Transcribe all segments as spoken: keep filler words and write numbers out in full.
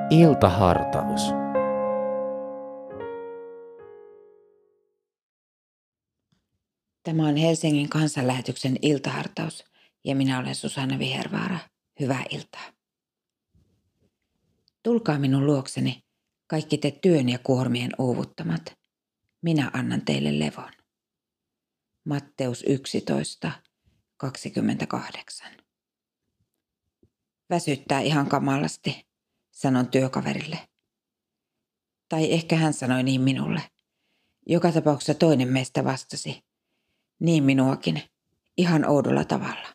Iltahartaus. Tämä on Helsingin kansanlähetyksen iltahartaus ja minä olen Susanna Vihervaara. Hyvää iltaa. Tulkaa minun luokseni, kaikki te työn ja kuormien uuvuttamat. Minä annan teille levon. Matteus yksitoista, kaksikymmentäkahdeksan. Väsyttää ihan kamalasti, sanon työkaverille. Tai ehkä hän sanoi niin minulle. Joka tapauksessa toinen meistä vastasi. Niin minuakin, ihan oudolla tavalla.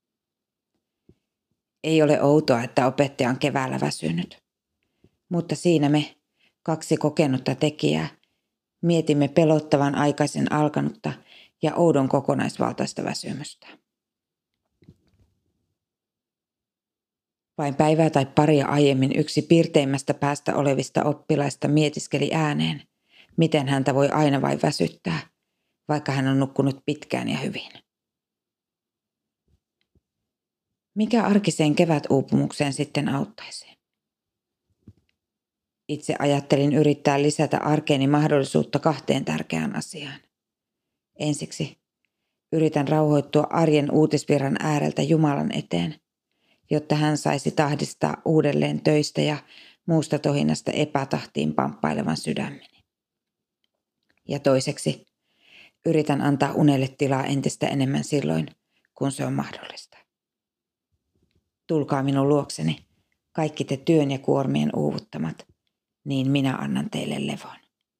Ei ole outoa, että opettaja on keväällä väsynyt. Mutta siinä me, kaksi kokenutta tekijää, mietimme pelottavan aikaisen alkanutta ja oudon kokonaisvaltaista väsymystä. Vain päivää tai paria aiemmin yksi pirteimmästä päästä olevista oppilaista mietiskeli ääneen, miten häntä voi aina vain väsyttää, vaikka hän on nukkunut pitkään ja hyvin. Mikä arkiseen kevätuupumukseen sitten auttaisi? Itse ajattelin yrittää lisätä arkeeni mahdollisuutta kahteen tärkeään asiaan. Ensiksi yritän rauhoittua arjen uutisvirran ääreltä Jumalan eteen, jotta hän saisi tahdistaa uudelleen töistä ja muusta tohinasta epätahtiin pamppailevan sydämeni. Ja toiseksi yritän antaa unelle tilaa entistä enemmän silloin, kun se on mahdollista. Tulkaa minun luokseni, kaikki te työn ja kuormien uuvuttamat, niin minä annan teille levon.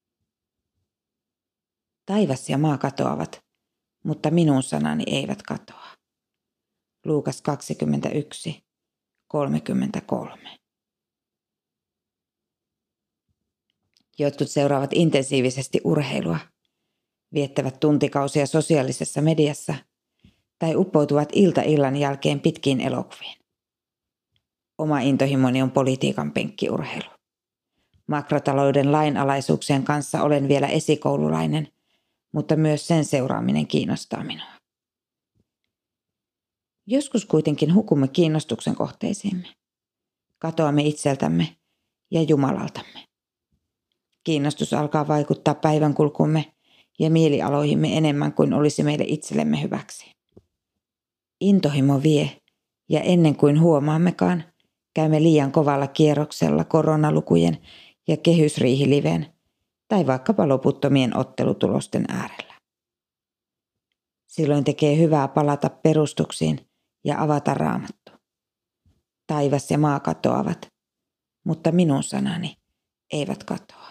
Taivas ja maa katoavat, mutta minun sanani eivät katoa. Luukas kaksikymmentäyksi, kolmekymmentäkolme. Jotkut seuraavat intensiivisesti urheilua, viettävät tuntikausia sosiaalisessa mediassa tai uppoutuvat ilta illan jälkeen pitkiin elokuviin. Oma intohimoni on politiikan penkkiurheilu. Makrotalouden lainalaisuuksien kanssa olen vielä esikoululainen, mutta myös sen seuraaminen kiinnostaa minua. Joskus kuitenkin hukumme kiinnostuksen kohteisiimme. Katoamme itseltämme ja Jumalaltamme. Kiinnostus alkaa vaikuttaa päivänkulkumme ja mielialoihimme enemmän kuin olisi meille itsellemme hyväksi. Intohimo vie ja ennen kuin huomaammekaan, käymme liian kovalla kierroksella koronalukujen ja kehysriihiliven tai vaikkapa loputtomien ottelutulosten äärellä. Silloin tekee hyvää palata perustuksiin ja avata Raamattu. Taivas ja maa katoavat, mutta minun sanani eivät katoa.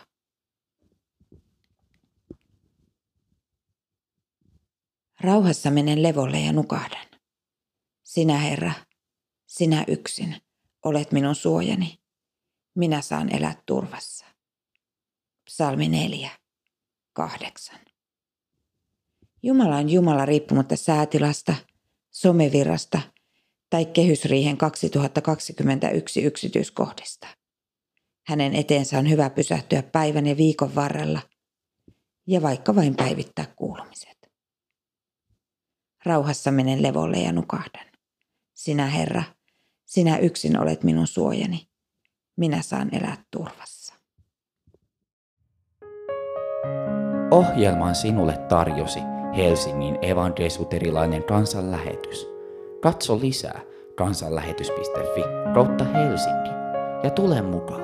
Rauhassa menen levolle ja nukahdan. Sinä, Herra, sinä yksin olet minun suojani. Minä saan elää turvassa. Psalmi neljä, kahdeksan. Jumala on Jumala riippumatta säätilasta, somevirrasta tai kehysriihen kaksituhattakaksikymmentäyksi yksityiskohdista. Hänen eteensä on hyvä pysähtyä päivän ja viikon varrella ja vaikka vain päivittää kuulumiset. Rauhassa menen levolle ja nukahdan. Sinä, Herra, sinä yksin olet minun suojani. Minä saan elää turvassa. Ohjelman sinulle tarjosi Helsingin evankelisuterilainen kansanlähetys. Katso lisää kansanlähetys piste fi kautta Helsinki ja tule mukaan.